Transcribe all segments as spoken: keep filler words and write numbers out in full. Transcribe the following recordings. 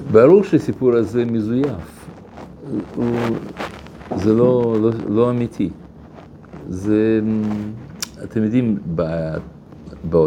ברור שהסיפור הזה מזויף. הוא, זה לא, לא, לא אמיתי. זה, אתם יודעים, ב, ב,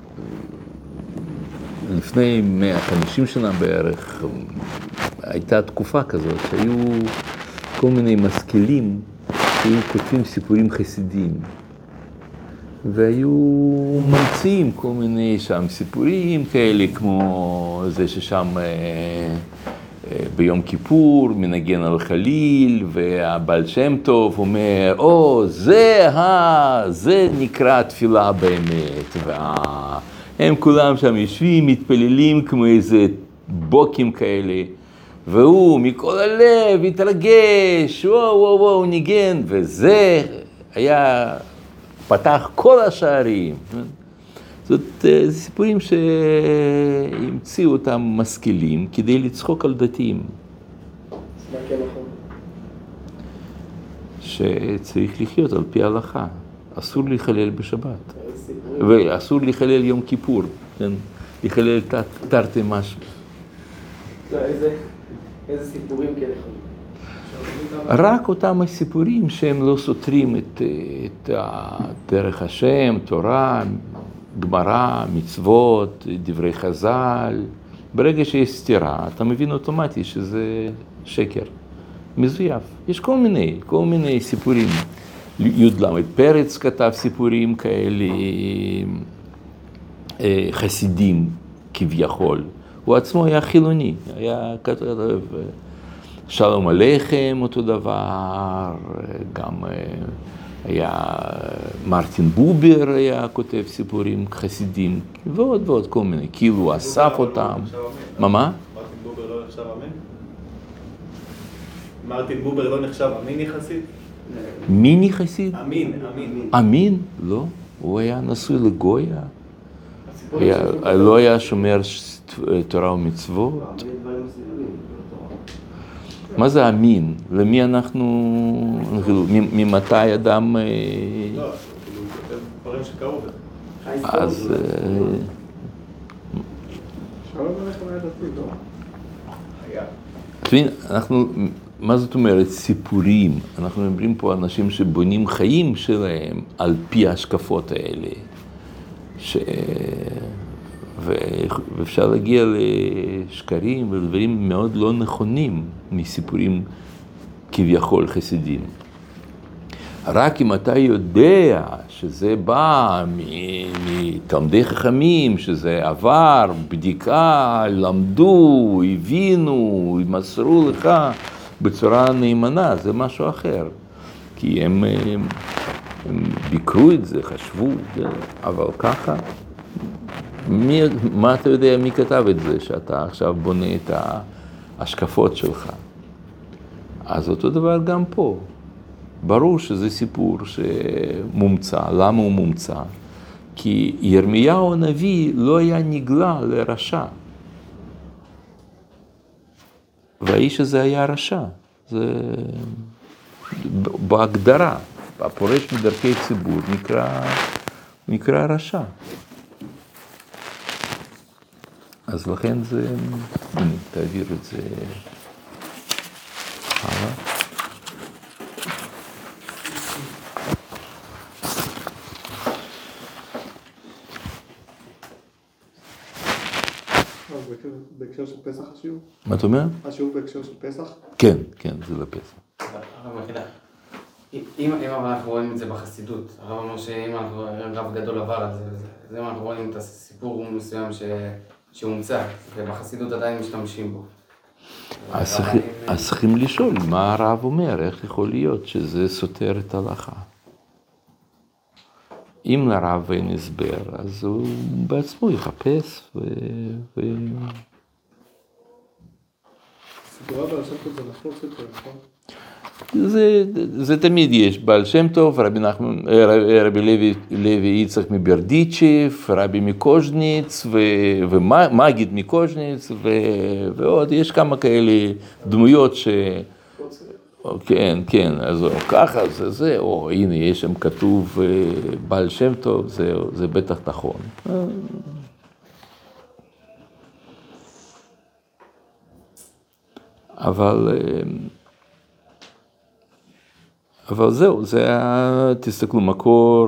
לפני מאה וחמישים שנה בערך, הייתה תקופה כזאת שהיו כל מיני משכילים שהיו כותבים סיפורים חסידיים. והיו ממציאים כל מיני שם סיפורים כאלה, כמו זה ששם אה, אה, ביום כיפור מנגן על חליל, והבעל שם טוב אומר, או, זה, ה, זה נקרא תפילה באמת. והם כולם שם יושבים, מתפללים כמו איזה בוקים כאלה, והוא מכל הלב התרגש, וואו וואו וואו, ניגן, וזה היה... פתח כל השערים. זאת סיפורים שהמציאו אותם משכילים כדי לצחוק על דתיים. מה כן נכון? שצריך לחיות על פי ההלכה. אסור לחלל בשבת. ואסור לחלל יום כיפור. לחלל תרתי משהו. איזה סיפורים כן נכונים? רק אותם הסיפורים שהם לא סותרים את, את דרך השם, תורה, גמרא, מצוות, דברי חז"ל. ברגע שיש סתירה, אתה מבין אוטומטי שזה שקר, מזויף. יש כל מיני, כל מיני סיפורים. י"ל פרץ כתב סיפורים כאלה, חסידים כביכול. הוא עצמו היה חילוני, היה כתב... שלום עליכם אותו דבר, גם היה מרטין בובר היה כותב סיפורים חסידים, ועוד ועוד כל מיני, כאילו הוא אסף אותם. מה מה? מרטין בובר לא נחשב אמין? מרטין בובר לא נחשב אמין יחסית? מין יחסית? אמין, אמין. אמין? לא, הוא היה נשוי לגויה, לא היה שומר תורה ומצוות. מה זה אמין? למי אנחנו, ממתי אדם... לא, כאילו, הוא כותב דברים שקרו בזה. אז... שלום עליכם היה דתי, לא? היה. תבין, אנחנו, מה זאת אומרת סיפורים? אנחנו מדברים פה אנשים שבונים חיים שלהם על פי ההשקפות האלה. ש... ואפשר להגיע לשקרים ולדברים מאוד לא נכונים מסיפורים כביכול חסידים. רק אם אתה יודע שזה בא מתלמידי חכמים, שזה עבר, בדיקה, למדו, הבינו, מסרו לך בצורה נאמנה, זה משהו אחר. כי הם, הם, הם ביקרו את זה, חשבו, אבל ככה. מי, מה אתה יודע, מי כתב את זה, שאתה עכשיו בונה את ההשקפות שלך? אז אותו דבר גם פה. ברור שזה סיפור שמומצא. למה הוא מומצא? כי ירמיהו הנביא לא היה נגלה לרשע. והאיש הזה היה רשע. זה בהגדרה. הפורש מדרכי ציבור נקרא, נקרא רשע. אז לכן זה, הנה, תעביר את זה הלאה. בהקשר של פסח השיעור? מה אתה אומר? השיעור בהקשר של פסח? כן, כן, זה לפסח. הרב מחילה, אם אנחנו רואים את זה בחסידות, הרב אומר שאם רב גדול עבר על זה, אז אם אנחנו רואים את הסיפור מסוים שהומצא, ובחסידות עדיין משתמשים בו. אז צריכים לשאול מה הרב אומר, איך יכול להיות שזה סותר את ההלכה. אם לרב אין הסבר, אז הוא בעצמו יחפש ו... סיפורה בעל שם טוב זה נפוץ יותר, נכון? זה, זה תמיד יש, בעל שם טוב, רבי, נחמן, רבי לוי, לוי יצחק מברדיצ'ב, רבי מקוז'ניץ ו, ומגיד מקוז'ניץ ו, ועוד, יש כמה כאלה דמויות ש... כן, כן, אז ככה זה זה, או הנה יש שם כתוב בעל שם טוב, זה, זה בטח נכון. אבל, אבל זהו, זה היה, תסתכלו, מקור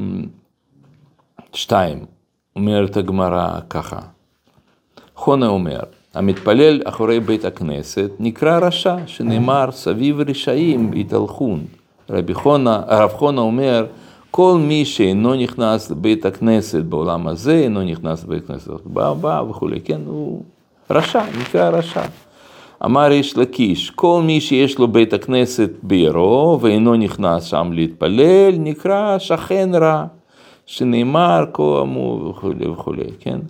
שתיים, אומרת הגמרא ככה. חונה אומר, המתפלל אחורי בית הכנסת נקרא רשע, שנאמר סביב רשעים בהתהלכון. רבי חונה, הרב חונה אומר, כל מי שאינו נכנס לבית הכנסת בעולם הזה, אינו נכנס לבית הכנסת הבא וכו', כן, הוא רשע, נקרא רשע. אמר יש לקיש, כל מי שיש לו בית הכנסת בעירו ואינו נכנס שם להתפלל, נקרא שכן רע, שנאמר כה אמור וכו' וכו', כן?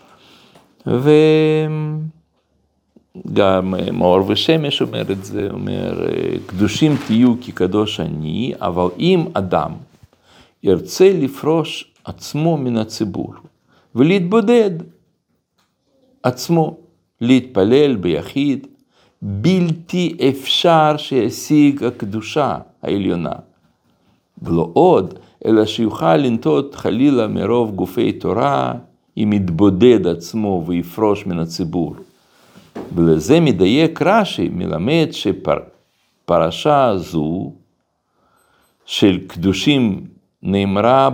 וגם מאור ושמש אומר את זה, אומר, קדושים תהיו כקדוש אני, אבל אם אדם ירצה לפרוש עצמו מן הציבור ולהתבודד עצמו, להתפלל ביחיד, בלתי אפשר שישיג הקדושה העליונה. ולא עוד, אלא שיוכל לנטות חלילה מרוב גופי תורה, אם יתבודד עצמו ויפרוש מן הציבור. ולזה מדייק רש"י, מלמד שפרשה זו של קדושים נאמרה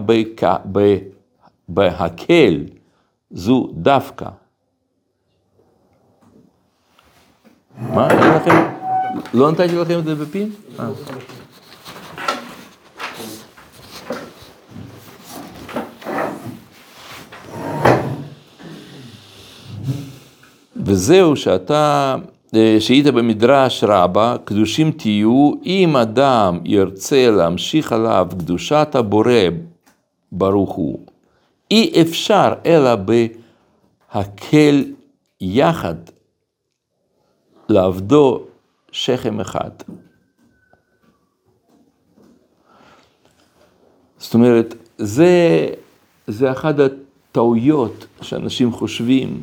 בהקל, זו דווקא. מה? אין לכם? לא נתתי לכם את זה בפים? אה. וזהו שאתה, שהיית במדרש רבה, קדושים תהיו, אם אדם ירצה להמשיך עליו קדושת הבורא ברוך הוא, אי אפשר אלא בהקל יחד, לעבדו שכם אחד. זאת אומרת, זה, זה אחת הטעויות שאנשים חושבים,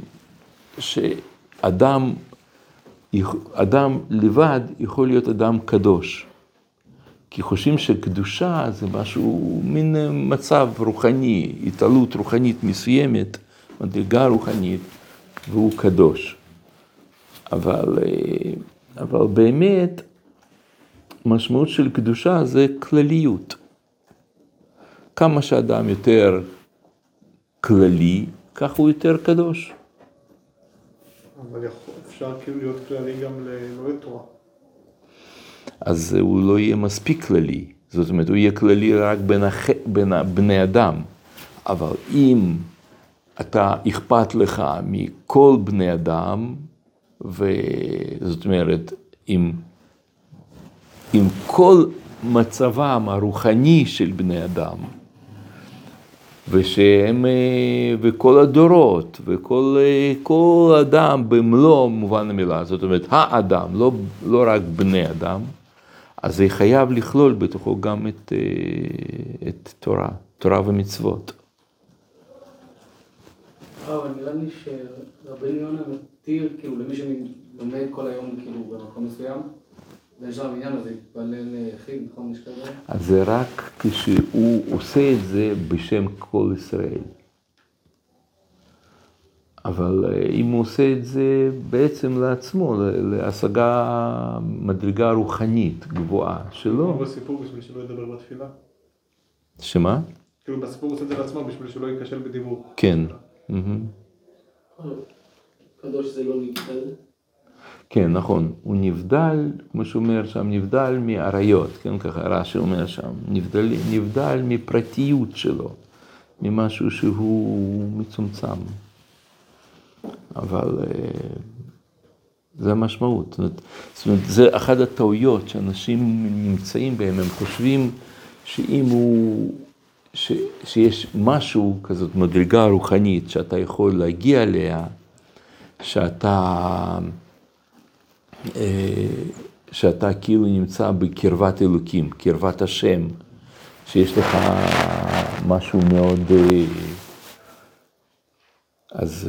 שאדם אדם לבד יכול להיות אדם קדוש. כי חושבים שקדושה זה משהו, מין מצב רוחני, התעלות רוחנית מסוימת, מדרגה רוחנית, והוא קדוש. אבל, אבל באמת, משמעות של קדושה זה כלליות. כמה שאדם יותר כללי, כך הוא יותר קדוש. אבל אפשר כאילו להיות כללי גם ללא תורה. אז הוא לא יהיה מספיק כללי. זאת אומרת, הוא יהיה כללי רק בין, הח... בין בני אדם. אבל אם אתה אכפת לך מכל בני אדם, וזאת אומרת, עם, עם כל מצבם הרוחני של בני אדם, ושהם, וכל הדורות, וכל כל אדם במלוא מובן המילה, זאת אומרת, האדם, לא, לא רק בני אדם, אז זה חייב לכלול בתוכו גם את, את תורה, תורה ומצוות. אבל נראה לי שרבנו יונה מתיר, כאילו, למי שלומד כל היום, כאילו, במקום מסוים, ויש שם עניין הזה, להתפלל יחיד, נכון, נשכב זה? אז זה רק כשהוא עושה את זה בשם כל ישראל. אבל אם הוא עושה את זה בעצם לעצמו, להשגה מדרגה רוחנית גבוהה שלו. כמו בסיפור בשביל שלא ידבר בתפילה. שמה? כאילו בסיפור הוא עושה את זה לעצמו בשביל שלא ייכשל בדיבור. כן. קדוש זה לא נבדל? כן, נכון. הוא נבדל, כמו שאומר שם, נבדל מעריות, כן, ככה רש"י אומר שם, נבדל, נבדל מפרטיות שלו, ממשהו שהוא מצומצם. אבל זה המשמעות. זאת אומרת, זאת אומרת, זה אחת הטעויות שאנשים נמצאים בהם, הם חושבים שאם הוא, ש, שיש משהו כזאת מדרגה רוחנית שאתה יכול להגיע אליה, שאתה, שאתה כאילו נמצא בקרבת אלוקים, קרבת השם, שיש לך משהו מאוד, אז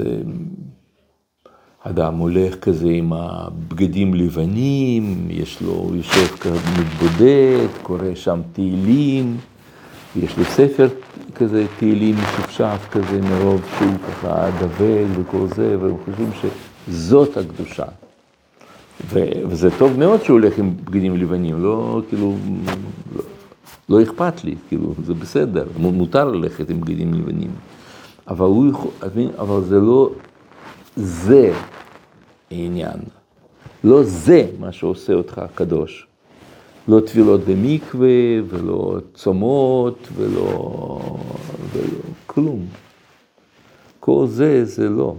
אדם הולך כזה עם הבגדים לבנים, יש לו, יושב כזה מתבודד, קורא שם תהילים, יש לו ספר כזה תהילים משופשף כזה מרוב שהוא ככה דבל וכל זה, והם חושבים שזאת הקדושה. ו- וזה טוב מאוד שהוא הולך עם בגדים לבנים, לא, כאילו, לא, לא אכפת לי, כאילו, זה בסדר, מותר ללכת עם בגדים לבנים. אבל הוא יכול, אבל זה לא, זה העניין. לא זה מה שעושה אותך קדוש. לא טבילות במקווה, ולא צומות, ולא, ולא כלום. כל זה, זה לא.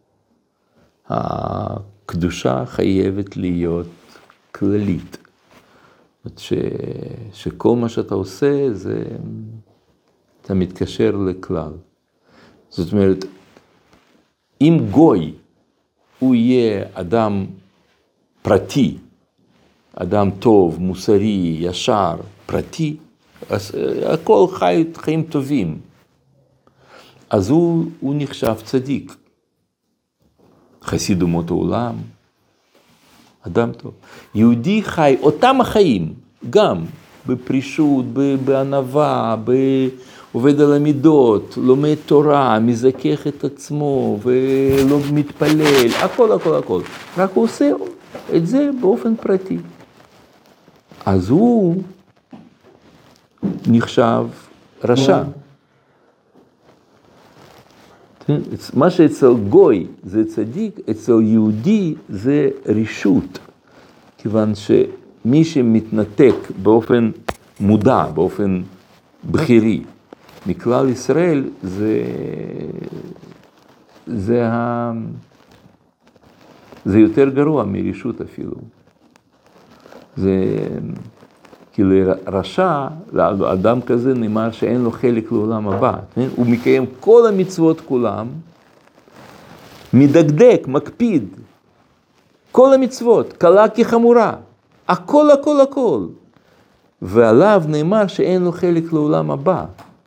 הקדושה חייבת להיות כללית. ש, שכל מה שאתה עושה, זה, אתה מתקשר לכלל. זאת אומרת, אם גוי, הוא יהיה אדם פרטי, אדם טוב, מוסרי, ישר, פרטי, אז הכל חי, חיים טובים. אז הוא, הוא נחשב צדיק. חסיד אומות העולם, אדם טוב. יהודי חי אותם החיים, גם בפרישות, בענווה, עובד על המידות, לומד תורה, מזכך את עצמו ולא מתפלל, הכל, הכל, הכל. רק הוא עושה את זה באופן פרטי. אז הוא נחשב רשע. מה שאצל גוי זה צדיק, אצל יהודי זה רישות. כיוון שמי שמתנתק באופן מודע, באופן בחירי, מכלל ישראל, זה, זה, ה, זה יותר גרוע מרישות אפילו. זה כאילו רשע, לאדם כזה נאמר שאין לו חלק לעולם הבא. הוא מקיים כל המצוות כולם, מדקדק, מקפיד, כל המצוות, קלה כחמורה, הכל, הכל, הכל. ועליו נאמר שאין לו חלק לעולם הבא.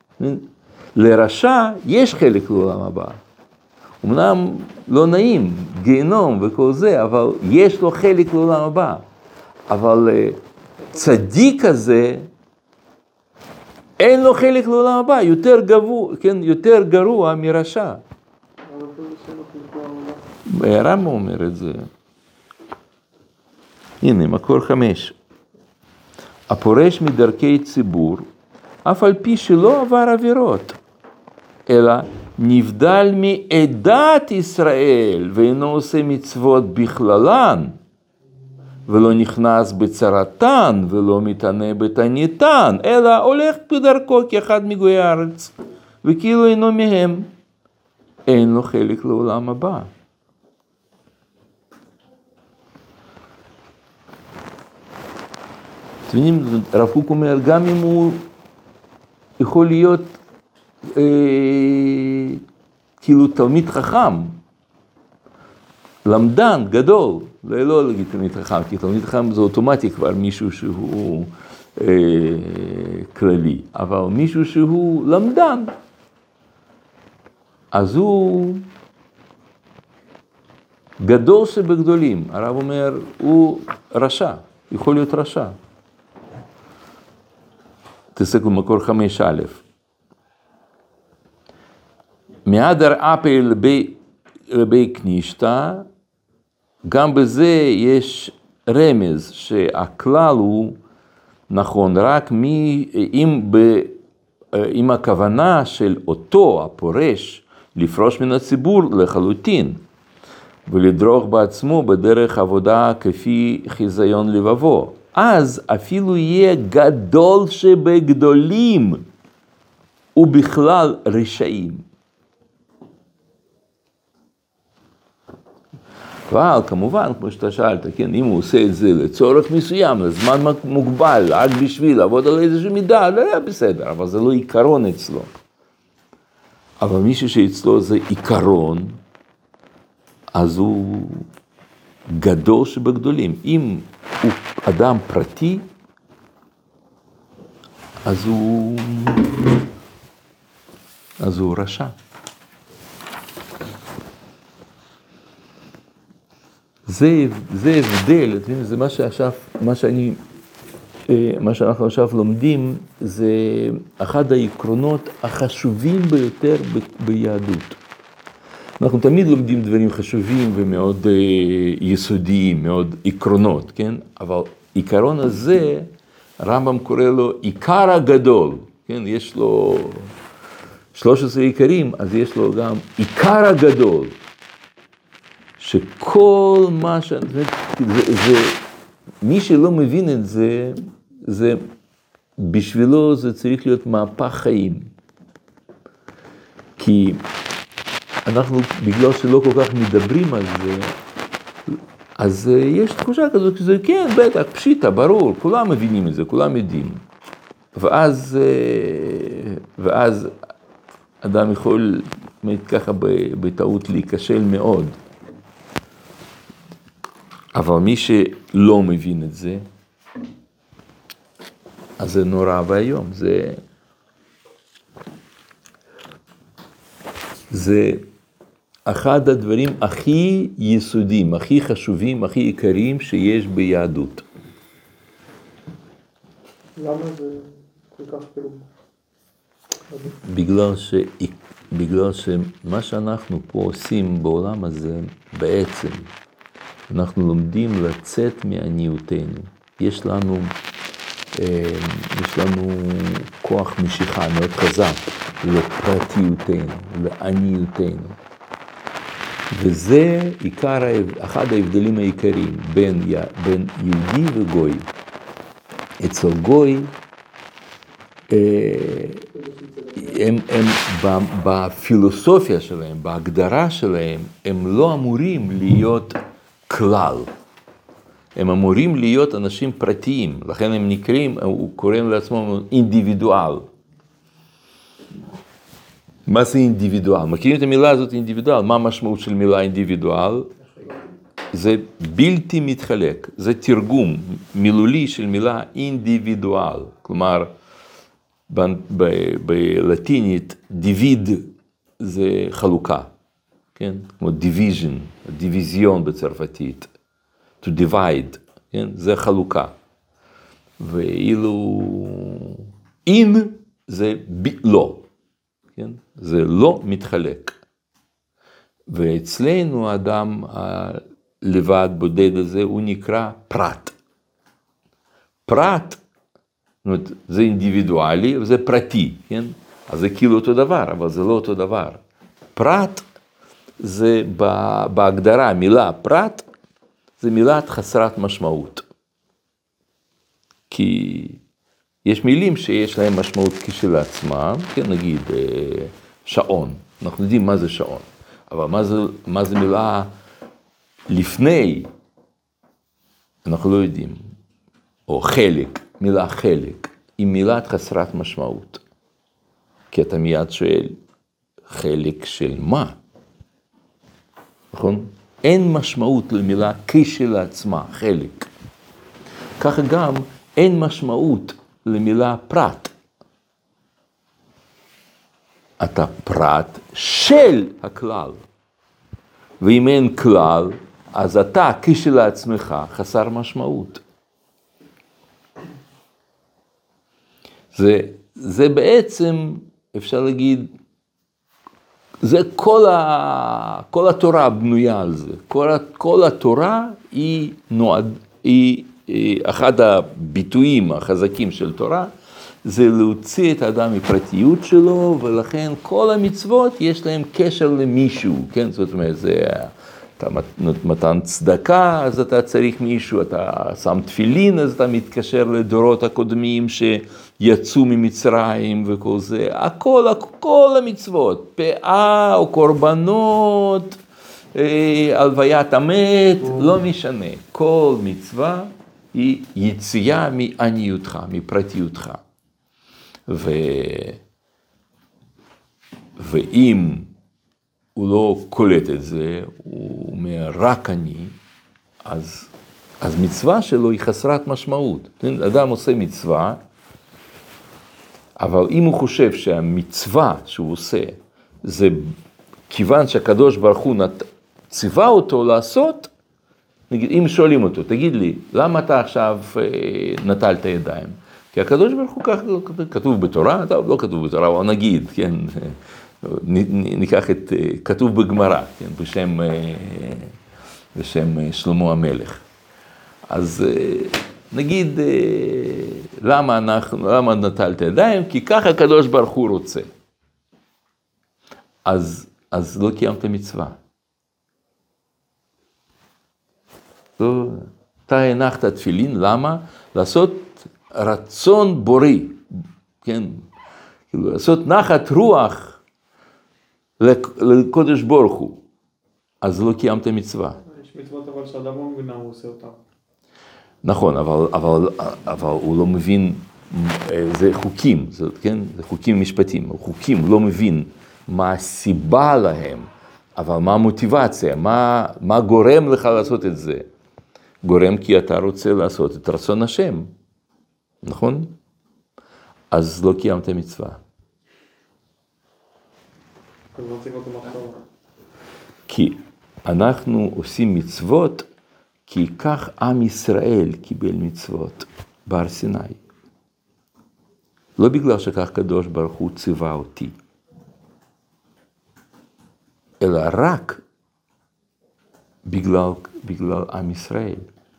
לרשע יש חלק לעולם הבא. אמנם לא נעים, גיהנום וכל זה, אבל יש לו חלק לעולם הבא. אבל צדיק הזה, אין לו חלק לעולם הבא, יותר גרוע, כן, יותר גרוע מרשע. הרמב"ם אומר את זה. הנה, מקור חמש. הפורש מדרכי ציבור, אף על פי שלא עבר עבירות, אלא נבדל מעדת ישראל, ואינו עושה מצוות בכללן, ולא נכנס בצרתן, ולא מתענה בתענייתן, אלא הולך בדרכו כאחד מגויי הארץ, וכאילו אינו מהם, אין לו חלק לעולם הבא. אתם יודעים, הרב קוק אומר, גם אם הוא יכול להיות אה, כאילו תלמיד חכם, למדן גדול, לא להגיד תלמיד חכם, כי תלמיד חכם זה אוטומטי כבר מישהו שהוא אה, כללי, אבל מישהו שהוא למדן, אז הוא גדול שבגדולים. הרב אומר, הוא רשע, יכול להיות רשע. תסתכלו מקור חמש א'. מהדר אפי לבי, לבי כנישתא, גם בזה יש רמז שהכלל הוא נכון, רק מי, אם, ב, אם הכוונה של אותו הפורש לפרוש מן הציבור לחלוטין, ולדרוך בעצמו בדרך עבודה כפי חיזיון לבבו, אז אפילו יהיה גדול שבגדולים, ובכלל רשעים. אבל כמובן, כמו שאתה שאלת, כן, אם הוא עושה את זה לצורך מסוים, לזמן מוגבל, רק בשביל לעבוד על איזושהי מידה, לא היה בסדר, אבל זה לא עיקרון אצלו. אבל מישהו שאצלו זה עיקרון, אז הוא גדול שבגדולים. אם הוא אדם פרטי, אז הוא, אז הוא רשע. זה, זה הבדל, זה מה שעכשיו, מה שאני, מה שאנחנו עכשיו לומדים, זה אחד העקרונות החשובים ביותר ביהדות. אנחנו תמיד לומדים דברים חשובים ומאוד יסודיים, מאוד עקרונות, כן? אבל עיקרון הזה, הרמב"ם קורא לו עיקר הגדול, כן? יש לו שלוש עשרה עיקרים, אז יש לו גם עיקר הגדול, שכל מה ש... זה, זה, זה, מי שלא מבין את זה, זה, בשבילו זה צריך להיות מהפך חיים. כי אנחנו, בגלל שלא כל כך מדברים על זה, אז יש תחושה כזאת, שזה כן, בטח, פשיטה, ברור, כולם מבינים את זה, כולם יודעים. ואז, ואז אדם יכול, ככה בטעות להיכשל מאוד. אבל מי שלא מבין את זה, אז זה נורא והיום, זה... זה אחד הדברים הכי יסודיים, הכי חשובים, הכי עיקריים שיש ביהדות. למה זה כל כך כאילו? בגלל, ש... בגלל שמה שאנחנו פה עושים בעולם הזה, בעצם, אנחנו לומדים לצאת מעניותנו. יש לנו, יש לנו כוח משיכה מאוד חזק לפרטיותנו, לעניותנו. וזה עיקר, אחד ההבדלים העיקריים בין, בין יהודי וגוי. אצל גוי, הם, הם בפילוסופיה שלהם, בהגדרה שלהם, הם לא אמורים להיות כלל. הם אמורים להיות אנשים פרטיים, לכן הם נקראים, הוא קורא לעצמו אינדיבידואל. מה זה אינדיבידואל? מכירים את המילה הזאת אינדיבידואל? מה המשמעות של מילה אינדיבידואל? זה בלתי מתחלק, זה תרגום מילולי של מילה אינדיבידואל. כלומר, בלטינית, דיוויד זה חלוקה, כן? כמו division, דיוויזיון בצרפתית. To divide, כן? זה חלוקה. ואילו אין זה ב... לא, כן? זה לא מתחלק. ואצלנו האדם הלבד בודד הזה הוא נקרא פרט. פרט, זאת אומרת, זה אינדיבידואלי וזה פרטי, כן? אז זה כאילו אותו דבר, אבל זה לא אותו דבר. פרט זה בהגדרה, המילה פרט, זה מילת חסרת משמעות. כי יש מילים שיש להם משמעות כשלעצמם, כן, נגיד שעון, אנחנו יודעים מה זה שעון, אבל מה זה, מה זה מילה לפני, אנחנו לא יודעים, או חלק, מילה חלק, היא מילת חסרת משמעות. כי אתה מיד שואל, חלק של מה? נכון? אין משמעות למילה כשלעצמה, חלק. ככה גם אין משמעות למילה פרט. אתה פרט של הכלל. ואם אין כלל, אז אתה כשלעצמך חסר משמעות. זה, זה בעצם, אפשר להגיד, זה כל, ה, כל התורה בנויה על זה. כל, כל התורה היא, נועד, היא, היא אחד הביטויים החזקים של תורה, זה להוציא את האדם מפרטיות שלו, ולכן כל המצוות יש להם קשר למישהו, כן? זאת אומרת, זה, אתה מתן צדקה, אז אתה צריך מישהו, אתה שם תפילין, אז אתה מתקשר לדורות הקודמים שיצאו ממצרים וכל זה, הכל, כל המצוות, פאה או קורבנות, הלוויית המת, לא משנה, כל מצווה היא יציאה מעניותך, מפרטיותך. ו... ואם הוא לא קולט את זה, הוא אומר רק אני, אז, אז מצווה שלו היא חסרת משמעות. אדם עושה מצווה, אבל אם הוא חושב שהמצווה שהוא עושה, זה כיוון שהקדוש ברוך הוא נת... ציווה אותו לעשות, נגיד, אם שואלים אותו, תגיד לי, למה אתה עכשיו נטלת ידיים? כי הקדוש ברוך הוא כך כתוב בתורה, טוב, לא כתוב בתורה, אבל נגיד, כן, ניקח את, כתוב בגמרא, כן, בשם, בשם שלמה המלך. אז נגיד, למה אנחנו, למה נטלת ידיים? כי ככה הקדוש ברוך הוא רוצה. אז, אז לא קיימת מצווה. לא, אתה הנחת תפילין, למה? לעשות רצון בורי, כן? כאילו, לעשות נחת רוח לקודש ברוך הוא. אז לא קיימת מצווה. יש מצוות אבל שאדם לא מבין הוא עושה אותם. נכון, אבל, אבל, אבל הוא לא מבין, זה חוקים, זה, כן? זה חוקים משפטיים, חוקים, הוא לא מבין מה הסיבה להם, אבל מה המוטיבציה, מה, מה גורם לך לעשות את זה? גורם כי אתה רוצה לעשות את רצון השם, נכון? אז לא קיימת מצווה. כי אנחנו עושים מצוות, כי כך עם ישראל קיבל מצוות בהר סיני. לא בגלל שכך קדוש ברוך הוא ציווה אותי, אלא רק בגלל, בגלל עם ישראל.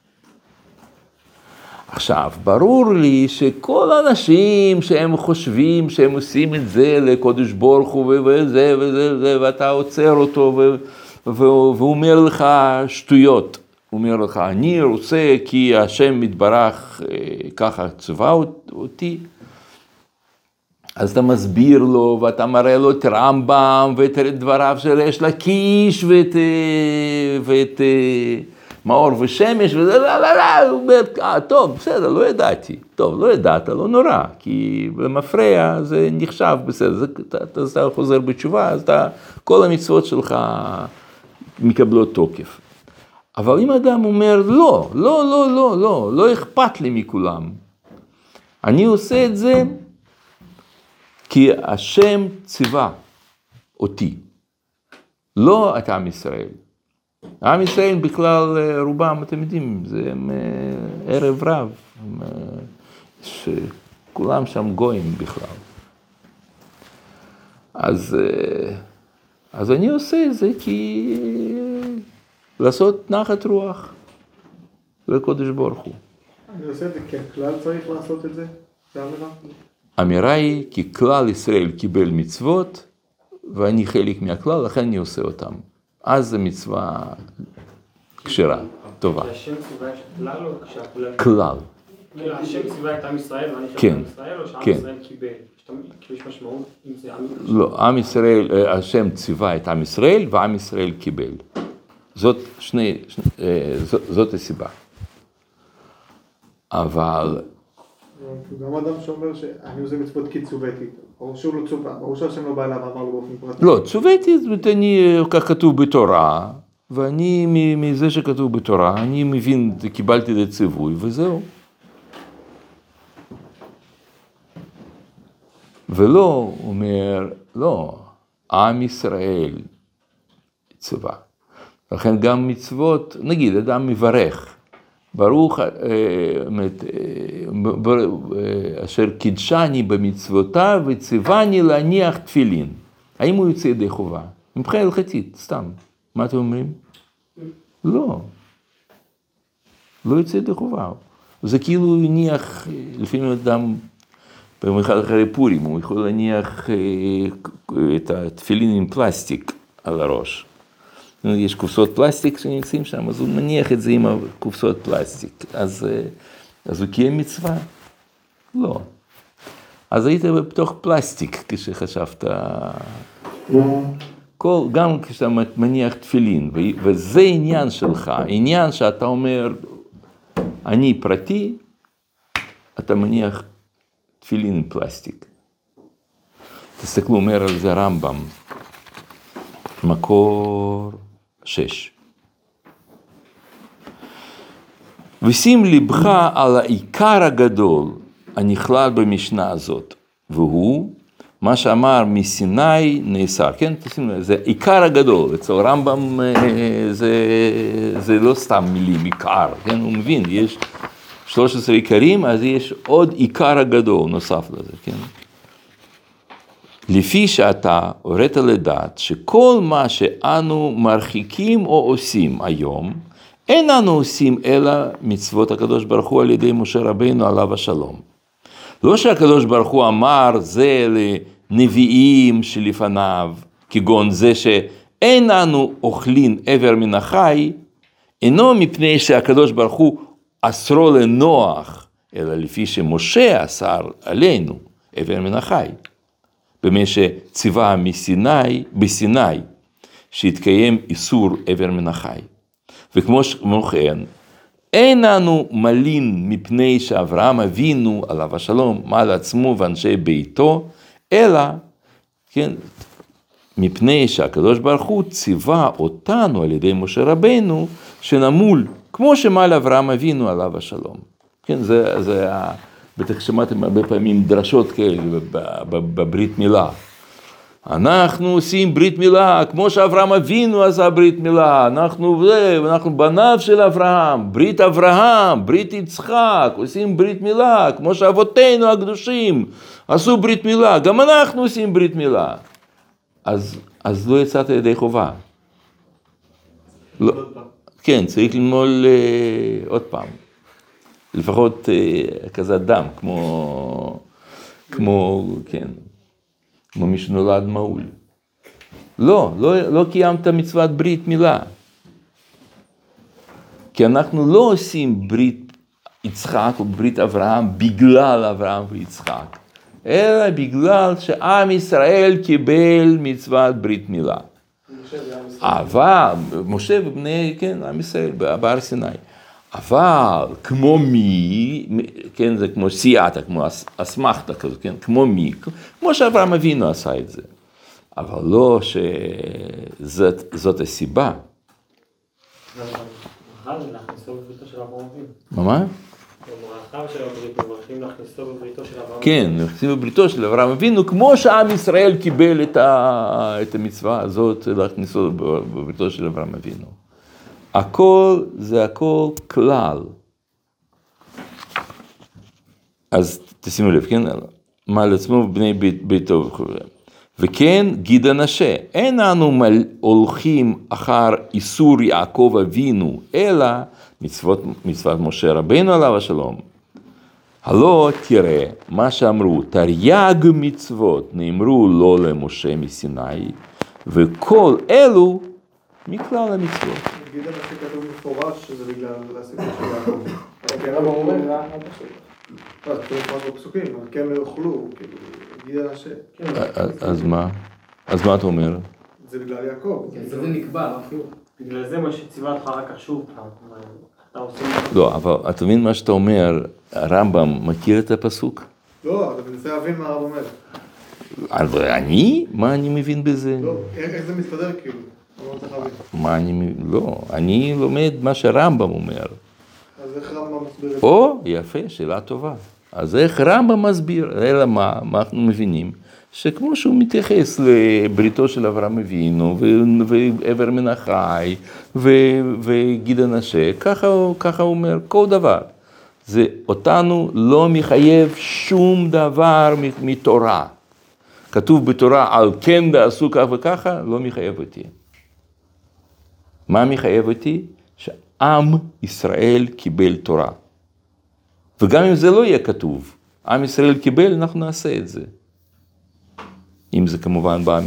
עכשיו, ברור לי שכל האנשים שהם חושבים שהם עושים את זה לקודש ברוך הוא וזה וזה וזה, ואתה עוצר אותו והוא אומר לך שטויות. הוא אומר לך, אני רוצה כי השם מתברך ככה צווה אותי. אז אתה מסביר לו ואתה מראה לו את רמב"ם ואת דבריו של ריש לקיש ואת, ואת מאור ושמש וזה, לא, לא, לא, הוא אומר, אה, טוב, בסדר, לא ידעתי. טוב, לא ידעת, לא נורא, כי במפרע זה נחשב, בסדר, זה, אתה, אתה חוזר בתשובה, אז אתה, כל המצוות שלך מקבלות תוקף. אבל אם אדם אומר, לא, לא, לא, לא, לא, לא אכפת לי מכולם. אני עושה את זה כי השם ציווה אותי, לא את עם ישראל. עם ישראל בכלל רובם, אתם יודעים, זה ערב רב, שכולם שם גויים בכלל. אז, אז אני עושה את זה כי לעשות נחת רוח לקודש ברוך הוא. אני עושה את זה כי הכלל צריך לעשות את זה? זה אמירה? האמירה היא כי כלל ישראל קיבל מצוות, ואני חלק מהכלל, לכן אני עושה אותם. אז זו מצווה כשרה, טובה. השם ציווה את הכלל או כשהכלל? כלל. השם ציווה את עם ישראל ואני חלק כן, עם ישראל או שעם כן. ישראל קיבל? יש משמעות אם זה עם ישראל? לא, עם ישראל, השם ציווה את עם ישראל ועם ישראל קיבל. זאת שני, שני, זאת, זאת הסיבה. אבל גם אדם שאומר שאני עושה מצוות כי צוויתי, ברור שהוא לא צווה, ברור שהשם לא בא אליו ואמר לו באופן פרטי. לא, צוויתי, אני, כך כתוב בתורה, ואני מזה שכתוב בתורה, אני מבין, קיבלתי את הציווי וזהו. ולא, אומר, לא, עם ישראל צווה. לכן גם מצוות, נגיד, אדם מברך, ברוך אשר קידשני במצוותיו וציווני להניח תפילין. האם הוא יוצא ידי חובה? מבחינה הלכתית, סתם. מה אתם אומרים? לא. לא יוצא ידי חובה. זה כאילו הניח, לפעמים אדם, במיוחד אחרי פורים, הוא יכול להניח את התפילין עם פלסטיק על הראש. יש קופסאות פלסטיק שנמצאים שם, אז הוא מניח את זה עם הקופסאות פלסטיק. אז, אז הוא קיים מצווה? לא. אז היית בתוך פלסטיק כשחשבת, כל, גם כשאתה מניח תפילין, וזה עניין שלך, עניין שאתה אומר, אני פרטי, אתה מניח תפילין עם פלסטיק. תסתכלו, אומר על זה רמב"ם, מקור שש. ושים לבך על העיקר הגדול הנכלל במשנה הזאת, והוא מה שאמר מסיני נאסר, כן? תשימו לב, זה עיקר הגדול, אצל רמב"ם זה, זה לא סתם מילים, עיקר, כן? הוא מבין, יש שלושה עשר עיקרים, אז יש עוד עיקר הגדול נוסף לזה, כן? לפי שאתה הורית לדעת שכל מה שאנו מרחיקים או עושים היום, אין אנו עושים אלא מצוות הקדוש ברוך הוא על ידי משה רבינו עליו השלום. לא שהקדוש ברוך הוא אמר זה לנביאים שלפניו, כגון זה שאין אנו אוכלים עבר מן החי, אינו מפני שהקדוש ברוך הוא אסרו לנוח, אלא לפי שמשה אסר עלינו עבר מן החי. במה שציווה מסיני, בסיני, שהתקיים איסור עבר מן החי. וכמו כן, אין אנו מלין מפני שאברהם אבינו עליו השלום, מעל עצמו ואנשי ביתו, אלא, כן, מפני שהקדוש ברוך הוא ציווה אותנו על ידי משה רבינו, שנמול, כמו שמעל אברהם אבינו עליו השלום. כן, זה, זה, בטח שמעתם הרבה פעמים דרשות כאלה בברית מילה. אנחנו עושים ברית מילה, כמו שאברהם אבינו עשה ברית מילה, אנחנו, אנחנו בניו של אברהם, ברית אברהם, ברית יצחק, עושים ברית מילה, כמו שאבותינו הקדושים עשו ברית מילה, גם אנחנו עושים ברית מילה. אז, אז לא יצאת ידי חובה. לא, כן, צריך ללמוד uh, עוד פעם. לפחות uh, כזה דם, כמו, כמו, כן. כמו מי שנולד מעול. לא, לא, לא קיימת מצוות ברית מילה. כי אנחנו לא עושים ברית יצחק או ברית אברהם בגלל אברהם ויצחק, אלא בגלל שעם ישראל קיבל מצוות ברית מילה. אבל, משה ובני, כן, עם ישראל, בהר סיני. אבל כמו מי, כן, זה כמו סייעתא, כמו אסמכתא כזאת, כן, כמו מי, כמו שאברהם אבינו עשה את זה. אבל לא שזאת הסיבה. מה מה? במערכה של הברית, מברכים להכניסו בבריתו של אברהם. כן, נכנסים בבריתו של אברהם אבינו, כמו שעם ישראל קיבל את המצווה הזאת, להכניסו בבריתו של אברהם אבינו. הכל זה הכל כלל. אז תשימו לב, כן? מה לעצמו בני בית, ביתו וכו'. וכן גיד הנשה, אין אנו מל, הולכים אחר איסור יעקב אבינו, אלא מצוות, מצוות משה רבינו עליו השלום. הלא תראה מה שאמרו, תרי"ג מצוות נאמרו לא למשה מסיני, וכל אלו מכלל המצוות. גיד הנשה כתוב מפורש שזה בגלל הסיפור של יעקב. כן, אבל הוא אומר, אז צריך משהו בפסוקים, אבל כן לא יאכלו, כאילו, גיד הנשה. אז מה? אז מה אתה אומר? זה בגלל יעקב. זה נקבע, בגלל זה מה שציווה אותך רק שוב פעם. אתה עושה... לא, אבל אתה מבין מה שאתה אומר, הרמב"ם מכיר את הפסוק? לא, אתה מנסה להבין מה הרב אומר. אבל אני? מה אני מבין בזה? לא, איך זה מסתדר כאילו? מה אני, לא, אני לומד מה שהרמב"ם אומר. אז איך רמב"ם מסביר את זה? או, יפה, שאלה טובה. אז איך רמב"ם מסביר? אלא מה, מה אנחנו מבינים? שכמו שהוא מתייחס לבריתו של אברהם אבינו, ועבר מן החי, וגיד הנשה, ככה הוא אומר, כל דבר. זה אותנו לא מחייב שום דבר מתורה. כתוב בתורה, על כן תעשו כך וככה, לא מחייב אותי. מה מחייב אותי? שעם ישראל קיבל תורה. וגם אם זה לא יהיה כתוב, עם ישראל קיבל, אנחנו נעשה את זה. אם זה כמובן בא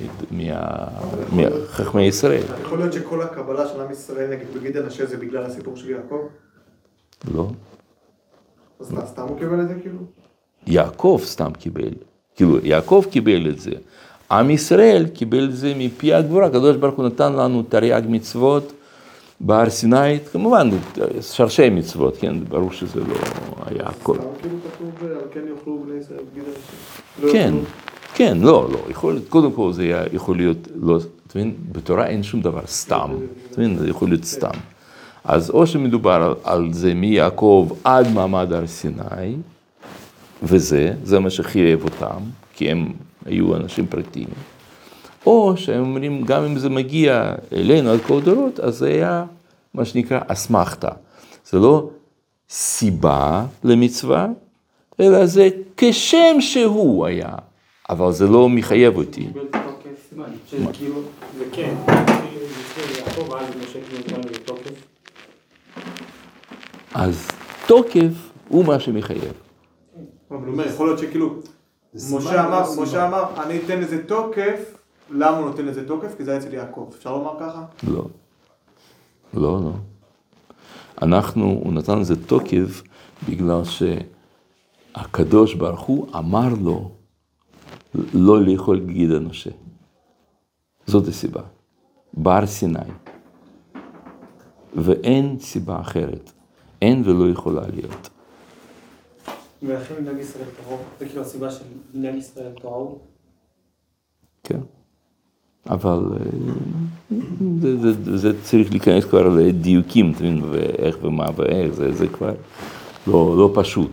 מחכמי ישראל. יכול להיות שכל הקבלה של עם ישראל נגיד בגיד הנשה זה בגלל הסיפור של יעקב? לא. אז סתם הוא קיבל את זה כאילו? יעקב סתם קיבל. כאילו, יעקב קיבל את זה. עם ישראל קיבל את זה מפי הגבורה. הקדוש ברוך הוא נתן לנו תרי"ג מצוות בהר סיני, כמובן, שרשי מצוות, כן? ברור שזה לא היה הכל. סתם כאילו כתוב, על כן יאכלו בני ישראל בגיד הנשה? כן, כן, לא, לא. יכול, קודם כל זה יכול להיות, לא, אתה מבין, בתורה אין שום דבר סתם. אתה מבין, זה יכול להיות סתם. אז או שמדובר על, על זה מיעקב עד מעמד הר סיני, וזה, זה מה שחייב אותם, כי הם היו אנשים פרטיים. או שהם אומרים, גם אם זה מגיע אלינו על כל דורות, אז זה היה מה שנקרא אסמכתא. זה לא סיבה למצווה, אלא זה כשם שהוא היה. אבל זה לא מחייב אותי. שזה כאילו, זה כן, זה יעקב, אז משה כאילו נתן לזה תוקף. אז תוקף הוא מה שמחייב. אבל הוא אומר, יכול להיות שכאילו, משה אמר, משה אמר, אני אתן לזה תוקף, למה הוא נותן לזה תוקף? כי זה היה אצל יעקב. אפשר לומר ככה? לא. לא, לא. אנחנו, הוא נתן לזה תוקף בגלל שהקדוש ברוך הוא אמר לו לא לאכול גיד הנושה. זאת הסיבה. בהר סיני. ואין סיבה אחרת. אין ולא יכולה להיות. ולכן מנהג ישראל טהור, זה כאילו הסיבה של מנהג ישראל טהור. כן. אבל זה, זה, זה צריך להיכנס כבר לדיוקים, ואיך ומה ואיך, זה, זה כבר לא, לא פשוט.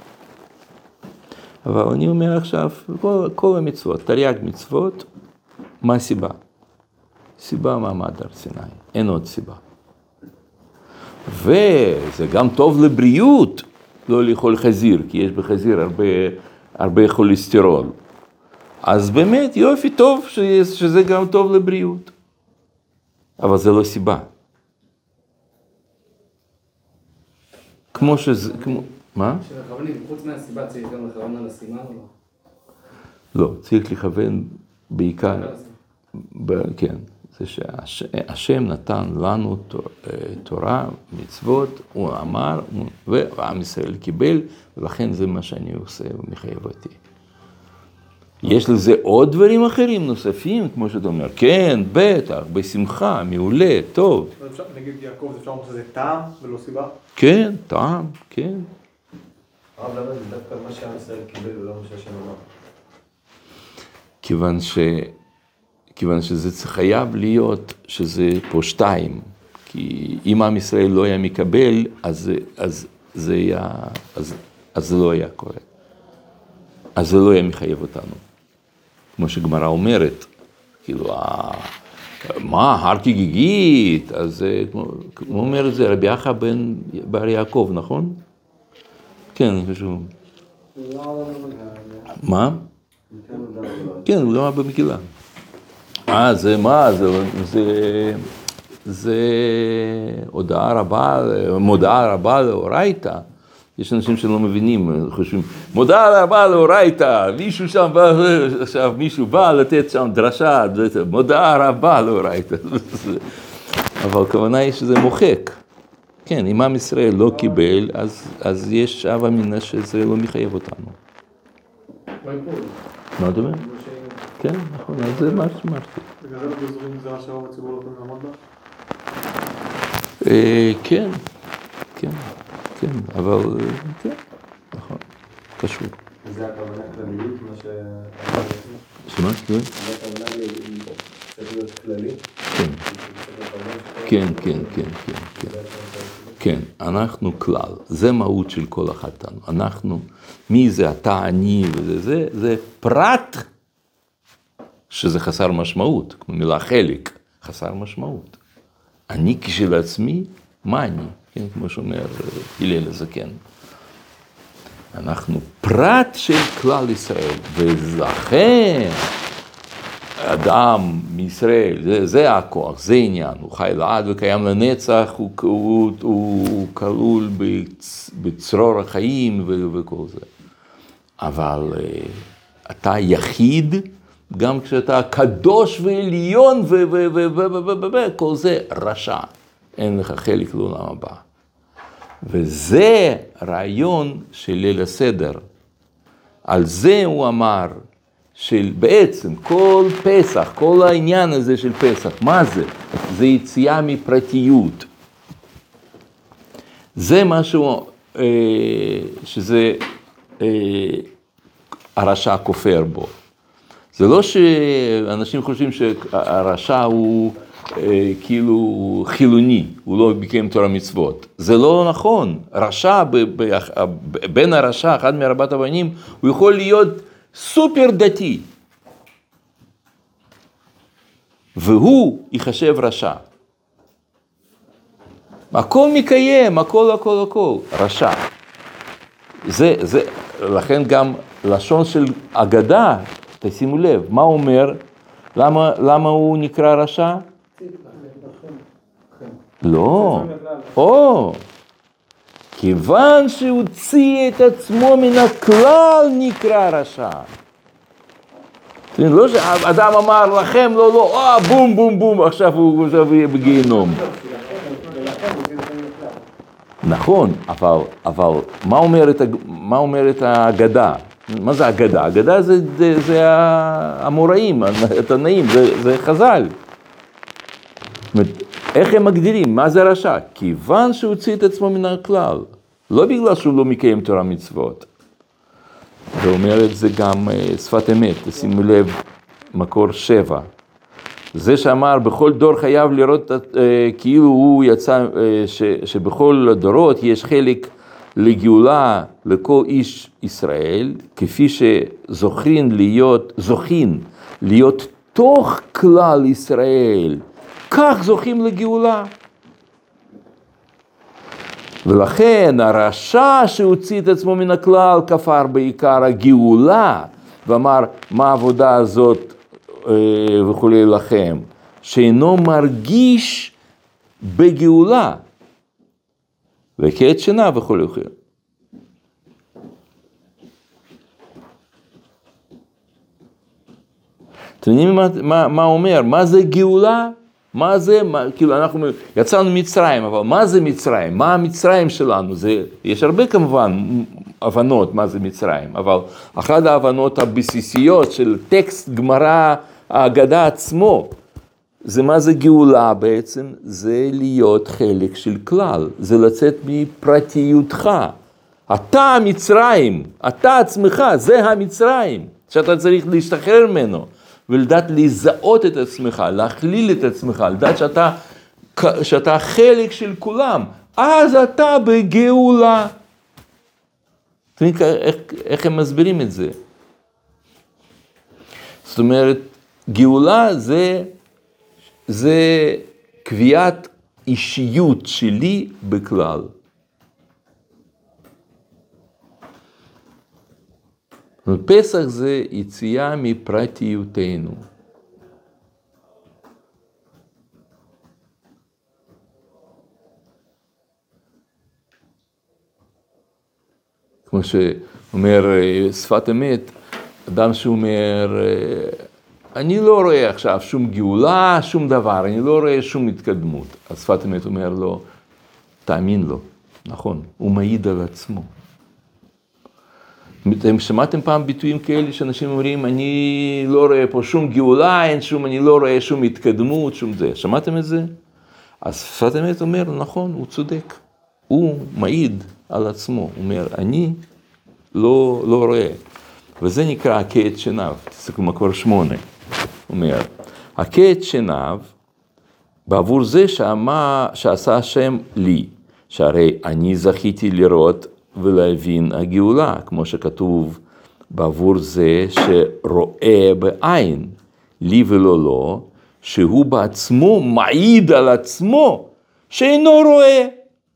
אבל אני אומר עכשיו, כל, כל המצוות, תרי"ג מצוות, מה הסיבה? סיבה מעמד הר סיני, אין עוד סיבה. וזה גם טוב לבריאות, לא לאכול חזיר, כי יש בחזיר הרבה, הרבה כולסטרול. אז באמת יופי טוב שזה גם טוב לבריאות. אבל זה לא סיבה. כמו שזה, כמו, מה? כשמכוונים, חוץ מהסיבה צריך גם לכוון על הסימן או לא? לא, צריך לכוון בעיקר, ב, כן, זה שהשם נתן לנו תורה, מצוות, הוא אמר, ועם ישראל קיבל, ולכן זה מה שאני עושה ומחייב אותי. יש לזה עוד דברים אחרים נוספים, כמו שאתה אומר, כן, בטח, בשמחה, מעולה, טוב. נגיד יעקב, זה אפשר לומר שזה טעם ולא סיבה? כן, טעם, כן. הרב, למה זה דווקא מה שעם ישראל קיבל ולא מה שהשם אמר? כיוון ש... כיוון שזה חייב להיות שזה פה שתיים, כי אם עם ישראל לא היה מקבל, אז, אז, זה, היה, אז, אז זה לא היה קורה. אז זה לא היה מחייב אותנו. כמו שגמרא אומרת, כאילו, מה, הר כגיגית? אז כמו אומר את זה, רבי אחא בן בר יעקב, נכון? כן, אני חושב. מה? כן, הוא לא במגילה. אה, זה מה? זה, זה, זה הודעה רבה, מודעה רבה לאורייתא. יש אנשים שלא מבינים, חושבים, מודעה רבה לאורייתא, מישהו שם בא, עכשיו מישהו בא לתת שם דרשה, מודעה רבה לאורייתא. אבל הכוונה היא שזה מוחק. כן, אם עם ישראל לא קיבל, אז, אז יש הווה אמינא שזה לא מחייב אותנו. מה אתה אומר? כן, נכון, אז זה מה שאמרתי. בגלל זה בגזורים זה מה שהרוב הציבור לא יכולים לעמוד בה? כן, כן, כן, אבל כן, נכון, קשור. זה הכוונה כלליות, מה ש... שמה? כן? זה הכוונה צריך להיות כללי? כן, כן, כן, כן, כן. כן, אנחנו כלל, זה מהות של כל אחד שלנו. אנחנו, מי זה אתה, אני וזה, זה, זה פרט שזה חסר משמעות, כמו מילה חלק, חסר משמעות. אני כשלעצמי, מה אני? כן, כמו שאומר הלל הזקן. אנחנו פרט של כלל ישראל, ולכן אדם מישראל, זה, זה הכוח, זה עניין, הוא חי לעד וקיים לנצח, הוא, הוא, הוא, הוא כלול בצ, בצרור החיים ו, וכל זה. אבל אתה יחיד, גם כשאתה קדוש ועליון וכל זה רשע, אין לך חלק לעולם הבא. וזה רעיון של ליל הסדר. על זה הוא אמר, של בעצם כל פסח, כל העניין הזה של פסח, מה זה? זה יציאה מפרטיות. זה משהו שזה הרשע כופר בו. זה לא שאנשים חושבים שהרשע הוא כאילו חילוני, הוא לא ביקיים תורה מצוות. זה לא נכון. רשע, בין הרשע, אחד מארבעת הבנים, הוא יכול להיות סופר דתי. והוא ייחשב רשע. הכל מקיים, הכל, הכל, הכל. רשע. זה, זה, לכן גם לשון של אגדה, תשימו לב, מה הוא אומר? למה, למה הוא נקרא רשע? לא, או, כיוון שהוציא את עצמו מן הכלל נקרא רשע. לא שאדם אמר לכם, לא, לא, אה, בום, בום, בום, עכשיו הוא יהיה בגיהנום. נכון, אבל, אבל מה אומרת, מה אומרת האגדה? מה זה אגדה? אגדה זה, זה, זה המוראים, התנאים, זה, זה חז"ל. איך הם מגדירים? מה זה רשע? כיוון שהוא הוציא את עצמו מן הכלל, לא בגלל שהוא לא מקיים תורה מצוות. ואומר את זה גם שפת אמת, תשימו לב, מקור שבע. זה שאמר בכל דור חייב לראות כאילו הוא יצא, ש, שבכל דורות יש חלק לגאולה לכל איש ישראל, כפי שזוכין להיות, זוכין להיות תוך כלל ישראל, כך זוכים לגאולה. ולכן הרשע שהוציא את עצמו מן הכלל כפר בעיקר הגאולה, ואמר מה העבודה הזאת וכו' לכם, שאינו מרגיש בגאולה, וכעת שינה וכו' וכו'. אתם יודעים מה, מה, מה אומר? מה זה גאולה? מה זה? מה, כאילו אנחנו יצאנו מצרים, אבל מה זה מצרים? מה המצרים שלנו? זה, יש הרבה כמובן הבנות מה זה מצרים, אבל אחת ההבנות הבסיסיות של טקסט גמרא ההגדה עצמו, זה מה זה גאולה בעצם? זה להיות חלק של כלל, זה לצאת מפרטיותך. אתה המצרים, אתה עצמך, זה המצרים, שאתה צריך להשתחרר ממנו. ולדעת לזהות את עצמך, להכליל את עצמך, לדעת שאתה, שאתה חלק של כולם, אז אתה בגאולה. אתם יודעים איך, איך הם מסבירים את זה? זאת אומרת, גאולה זה, זה קביעת אישיות שלי בכלל. פסח זה יציאה מפרטיותנו. כמו שאומר שפת אמת, אדם שאומר, אני לא רואה עכשיו שום גאולה, שום דבר, אני לא רואה שום התקדמות. אז שפת אמת אומר לו, תאמין לו, נכון, הוא מעיד על עצמו. אתם שמעתם פעם ביטויים כאלה שאנשים אומרים, אני לא רואה פה שום גאולה, אין שום, אני לא רואה שום התקדמות, שום זה. שמעתם את זה? אז שפת אמת אומר, נכון, הוא צודק. הוא מעיד על עצמו. הוא אומר, אני לא, לא רואה. וזה נקרא הכאת שנב. תסתכלו מקור שמונה. הוא אומר, הכאת שנב, בעבור זה שאמה, שעשה השם לי, שהרי אני זכיתי לראות ולהבין הגאולה, כמו שכתוב בעבור זה שרואה בעין, לי ולא לא, שהוא בעצמו מעיד על עצמו שאינו רואה.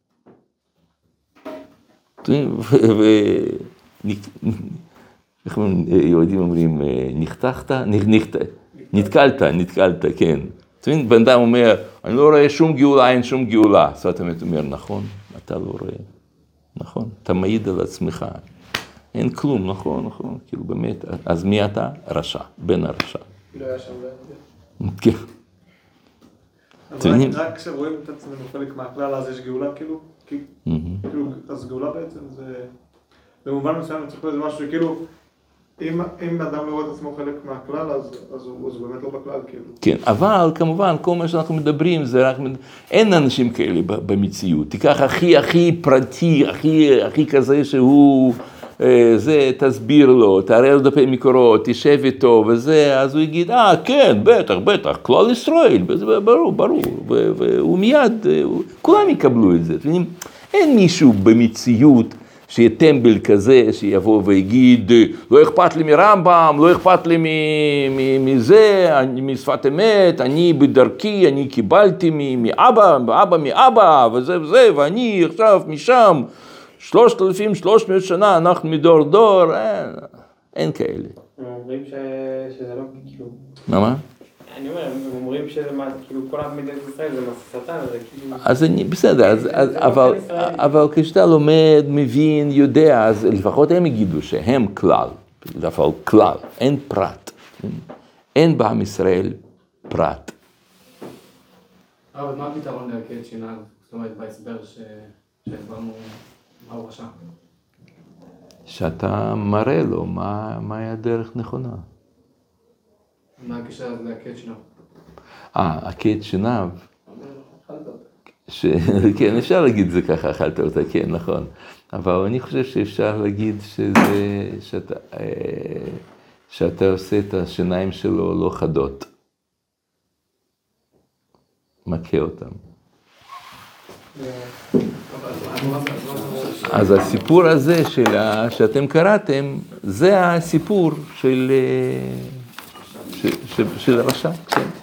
איך יהודים אומרים, נחתכת? נתקלת, נתקלת, כן. בן אדם אומר, אני לא רואה שום גאולה, אין שום גאולה. זאת אומרת, אומר, נכון, אתה לא רואה. נכון, אתה מעיד על עצמך, אין כלום, נכון, נכון, כאילו באמת, אז מי אתה? רשע, בן הרשע. לא היה שם לא כן. אבל רק כשרואים את עצמנו חלק מהכלל, אז יש גאולה, כאילו, כאילו, אז גאולה בעצם זה, במובן מסוים צריך לזה משהו, כאילו, אם אדם לא רואה את עצמו חלק מהכלל, אז הוא באמת לא בכלל, כאילו. כן, אבל כמובן, כל מה שאנחנו מדברים, זה רק, אין אנשים כאלה במציאות. תיקח הכי, הכי פרטי, הכי, הכי כזה שהוא, זה, תסביר לו, תראה לו דפי מקורות, תשב איתו וזה, אז הוא יגיד, אה, כן, בטח, בטח, כלל ישראל, ברור, ברור, והוא מיד, כולם יקבלו את זה. אין מישהו במציאות, שיהיה טמבל כזה, שיבוא ויגיד, לא אכפת לי מרמב"ם, לא אכפת לי מזה, משפת אמת, אני בדרכי, אני קיבלתי מאבא, מאבא מאבא, וזה וזה, ואני עכשיו משם, שלושת אלפים שלוש מאות שנה, אנחנו מדור דור, אין, אין כאלה. הם אומרים שזה לא כאילו... מה מה? אני אומר, הם אומרים שזה מה, כאילו כל המדינת ישראל זה מסע שטן, זה כאילו... אז אני, בסדר, אז, אז, אבל, אבל כשאתה לומד, מבין, יודע, אז לפחות הם יגידו שהם כלל, אבל כלל, אין פרט. אין בעם ישראל פרט. אבל מה הפתרון להקל שיניו? זאת אומרת, בהסבר שהסברנו מה הוא רשם? שאתה מראה לו מה, מה היה דרך נכונה. מה הקשר הזה להקל שיניו? אה, הקט שיניו. ש... כן, אפשר להגיד זה ככה, אכלת אותה, כן, נכון. אבל אני חושב שאפשר להגיד שזה, שאתה, שאתה עושה את השיניים שלו לא חדות. מכה אותם. אז הסיפור הזה של ה... שאתם קראתם, זה הסיפור של, של, של, של הרשע, כן.